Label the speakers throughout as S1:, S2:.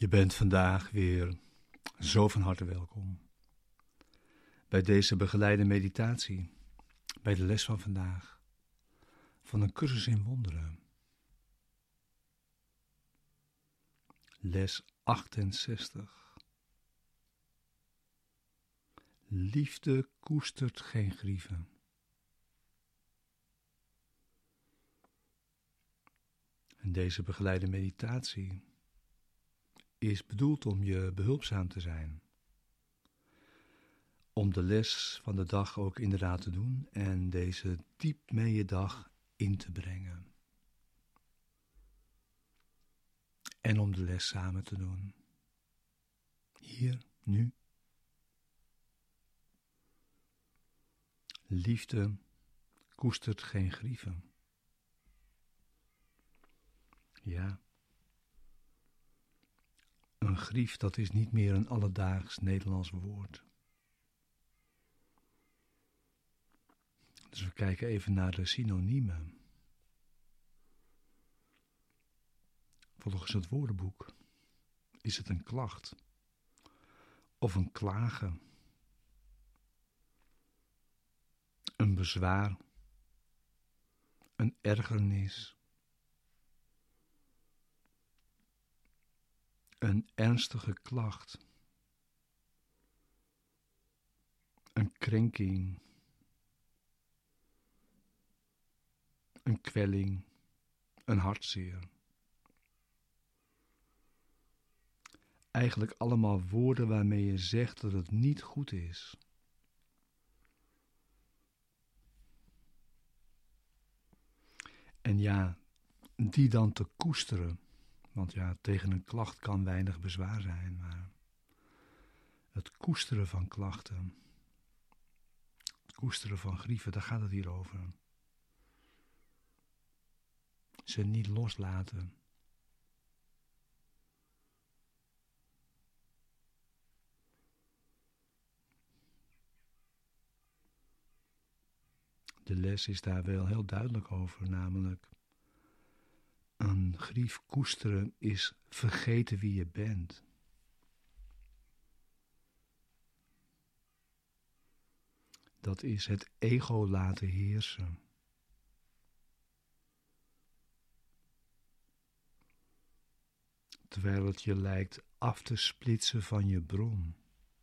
S1: Je bent vandaag weer zo van harte welkom bij deze begeleide meditatie, bij de les van vandaag, van een cursus in wonderen. Les 68. Liefde koestert geen grieven. En deze begeleide meditatie is bedoeld om je behulpzaam te zijn. Om de les van de dag ook inderdaad te doen en deze diep mee je dag in te brengen. En om de les samen te doen. Hier, nu. Liefde koestert geen grieven. Ja. Een grief, dat is niet meer een alledaags Nederlands woord. Dus we kijken even naar de synoniemen. Volgens het woordenboek is het een klacht of een klagen, een bezwaar, een ergernis, een ernstige klacht, een krenking, een kwelling, een hartzeer. Eigenlijk allemaal woorden waarmee je zegt dat het niet goed is. En ja, die dan te koesteren. Want ja, tegen een klacht kan weinig bezwaar zijn, maar het koesteren van klachten, het koesteren van grieven, daar gaat het hier over. Ze niet loslaten. De les is daar wel heel duidelijk over, namelijk een grief koesteren is vergeten wie je bent. Dat is het ego laten heersen. Terwijl het je lijkt af te splitsen van je bron.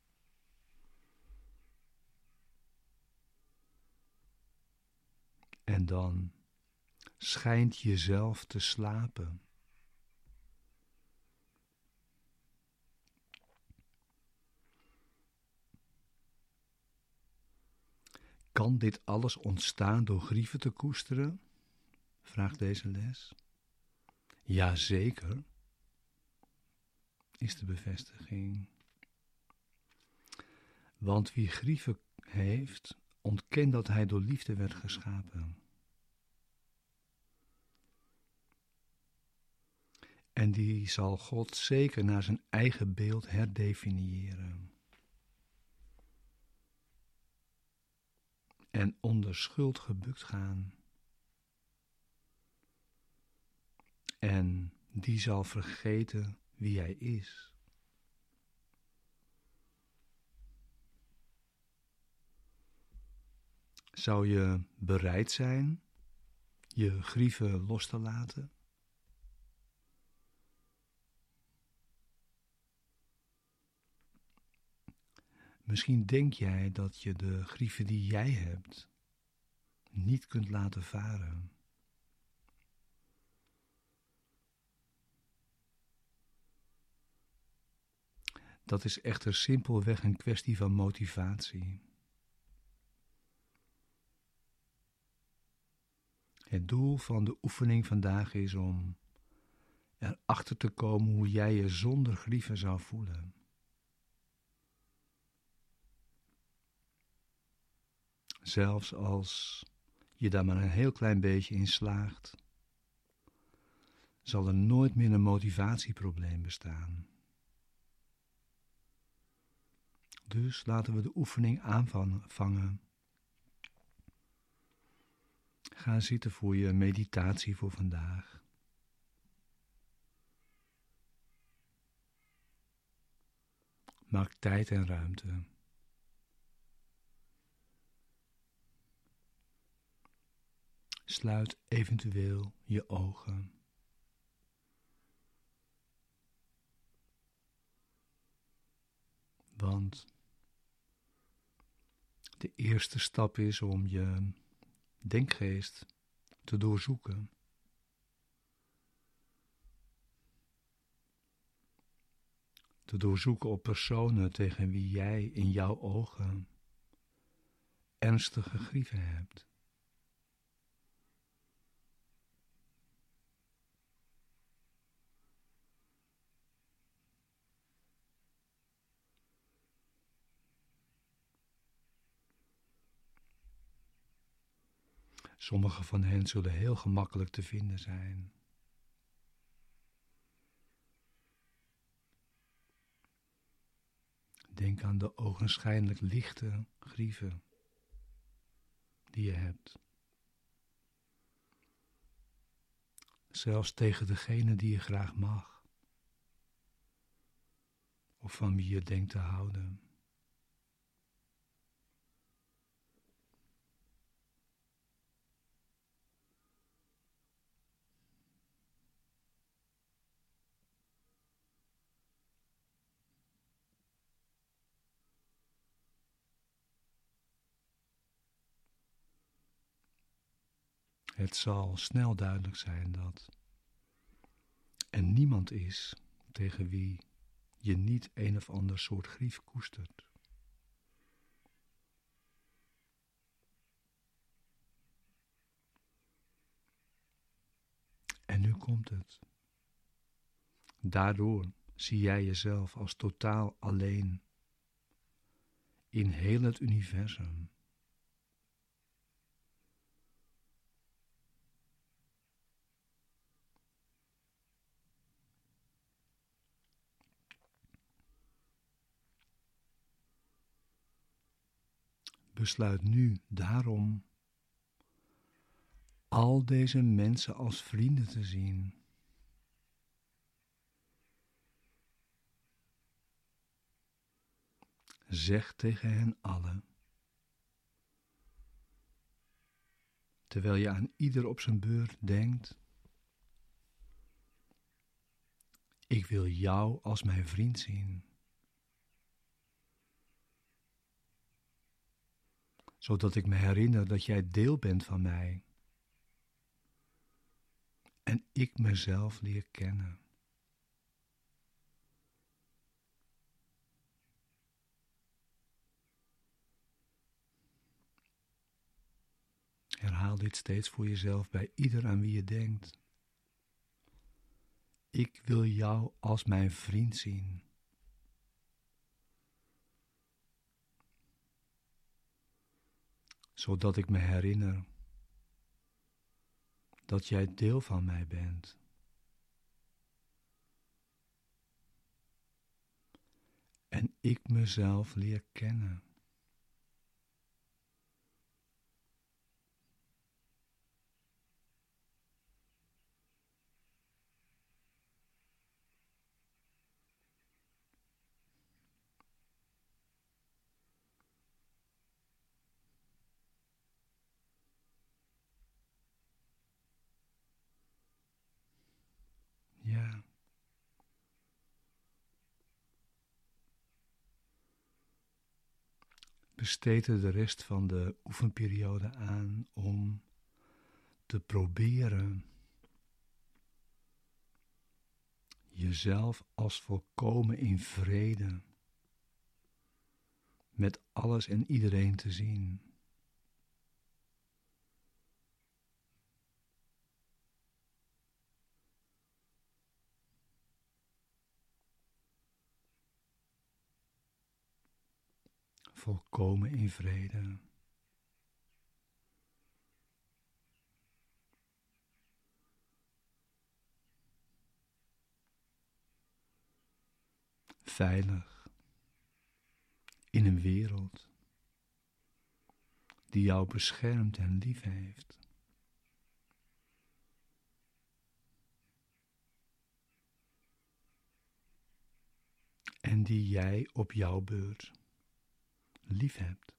S1: En dan schijnt jezelf te slapen. Kan dit alles ontstaan door grieven te koesteren? Vraagt deze les. Jazeker, is de bevestiging. Want wie grieven heeft, ontkent dat hij door liefde werd geschapen. En die zal God zeker naar zijn eigen beeld herdefiniëren. En onder schuld gebukt gaan. En die zal vergeten wie hij is. Zou je bereid zijn je grieven los te laten? Misschien denk jij dat je de grieven die jij hebt niet kunt laten varen. Dat is echter simpelweg een kwestie van motivatie. Het doel van de oefening vandaag is om erachter te komen hoe jij je zonder grieven zou voelen. Zelfs als je daar maar een heel klein beetje in slaagt, zal er nooit meer een motivatieprobleem bestaan. Dus laten we de oefening aanvangen. Ga zitten voor je meditatie voor vandaag. Maak tijd en ruimte. Sluit eventueel je ogen. Want de eerste stap is om je denkgeest te doorzoeken. Te doorzoeken op personen tegen wie jij in jouw ogen ernstige grieven hebt. Sommige van hen zullen heel gemakkelijk te vinden zijn. Denk aan de ogenschijnlijk lichte grieven die je hebt. Zelfs tegen degene die je graag mag. Of van wie je denkt te houden. Het zal snel duidelijk zijn dat er niemand is tegen wie je niet een of ander soort grief koestert. En nu komt het. Daardoor zie jij jezelf als totaal alleen in heel het universum. Besluit nu daarom al deze mensen als vrienden te zien. Zeg tegen hen allen, terwijl je aan ieder op zijn beurt denkt: ik wil jou als mijn vriend zien. Zodat ik me herinner dat jij deel bent van mij. En ik mezelf leer kennen. Herhaal dit steeds voor jezelf bij ieder aan wie je denkt. Ik wil jou als mijn vriend zien. Zodat ik me herinner dat jij deel van mij bent. En ik mezelf leer kennen. Ja. Besteed er de rest van de oefenperiode aan om te proberen jezelf als volkomen in vrede met alles en iedereen te zien. Volkomen in vrede. Veilig in een wereld die jou beschermt en lief heeft. En en die jij op jouw beurt lief hebt.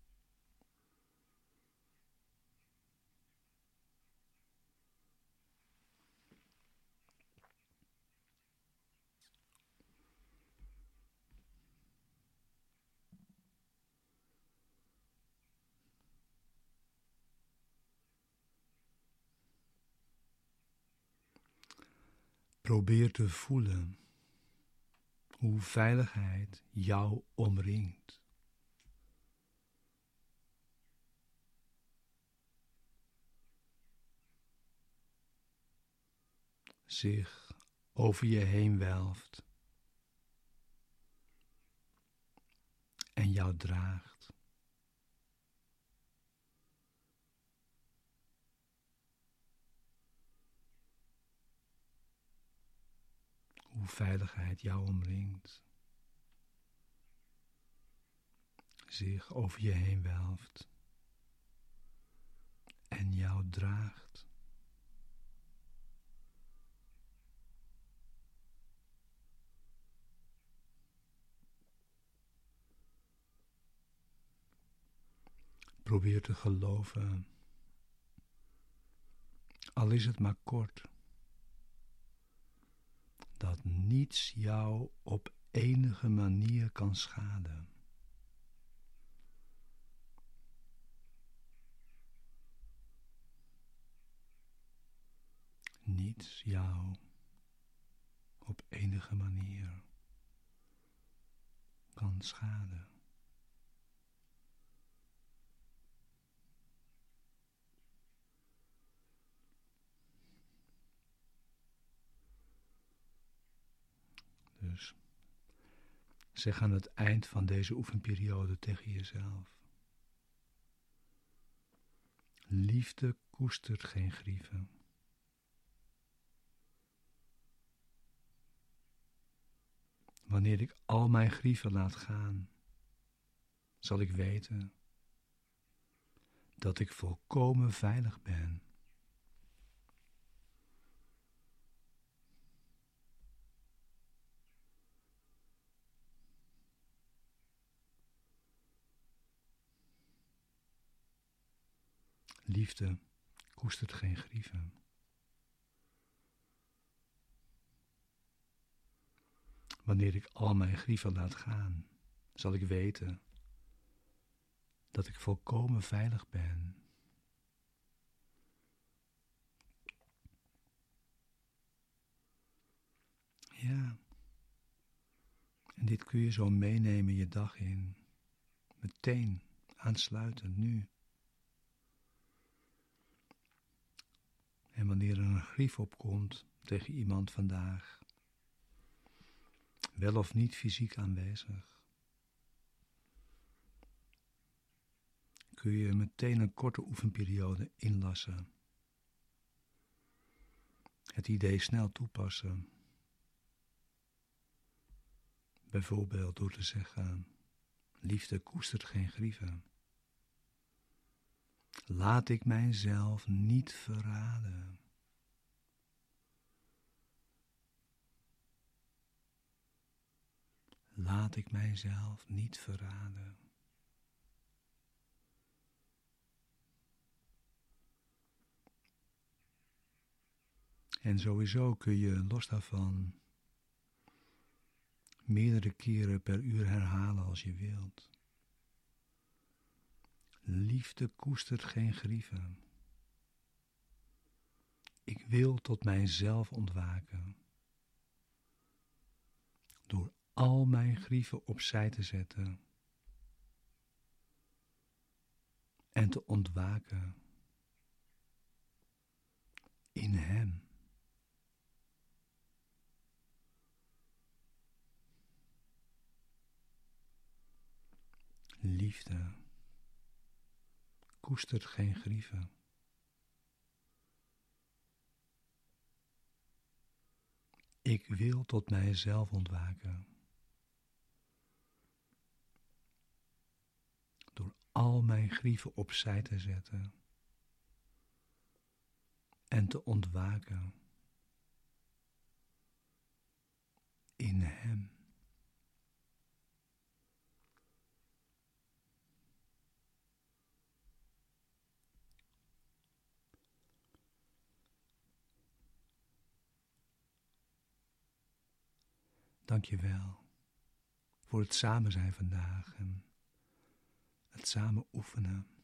S1: Probeer te voelen hoe veiligheid jou omringt. Zich over je heen welft en jou draagt. Hoe veiligheid jou omringt, zich over je heen welft en jou draagt. Probeer te geloven, al is het maar kort, dat niets jou op enige manier kan schaden. Niets jou op enige manier kan schaden. Dus zeg aan het eind van deze oefenperiode tegen jezelf: liefde koestert geen grieven. Wanneer ik al mijn grieven laat gaan, zal ik weten dat ik volkomen veilig ben. Liefde koestert geen grieven. Wanneer ik al mijn grieven laat gaan, zal ik weten dat ik volkomen veilig ben. Ja, en dit kun je zo meenemen je dag in. Meteen, aansluitend, nu. En wanneer er een grief opkomt tegen iemand vandaag, wel of niet fysiek aanwezig, kun je meteen een korte oefenperiode inlassen. Het idee snel toepassen. Bijvoorbeeld door te zeggen: liefde koestert geen grieven. Laat ik mijzelf niet verraden. Laat ik mijzelf niet verraden. En sowieso kun je los daarvan meerdere keren per uur herhalen als je wilt. Liefde koestert geen grieven. Ik wil tot mijzelf ontwaken. Door al mijn grieven opzij te zetten. En te ontwaken in Hem. Liefde koestert geen grieven. Ik wil tot mijzelf ontwaken. Door al mijn grieven opzij te zetten. En te ontwaken in Hem. Dank je wel voor het samen zijn vandaag en het samen oefenen.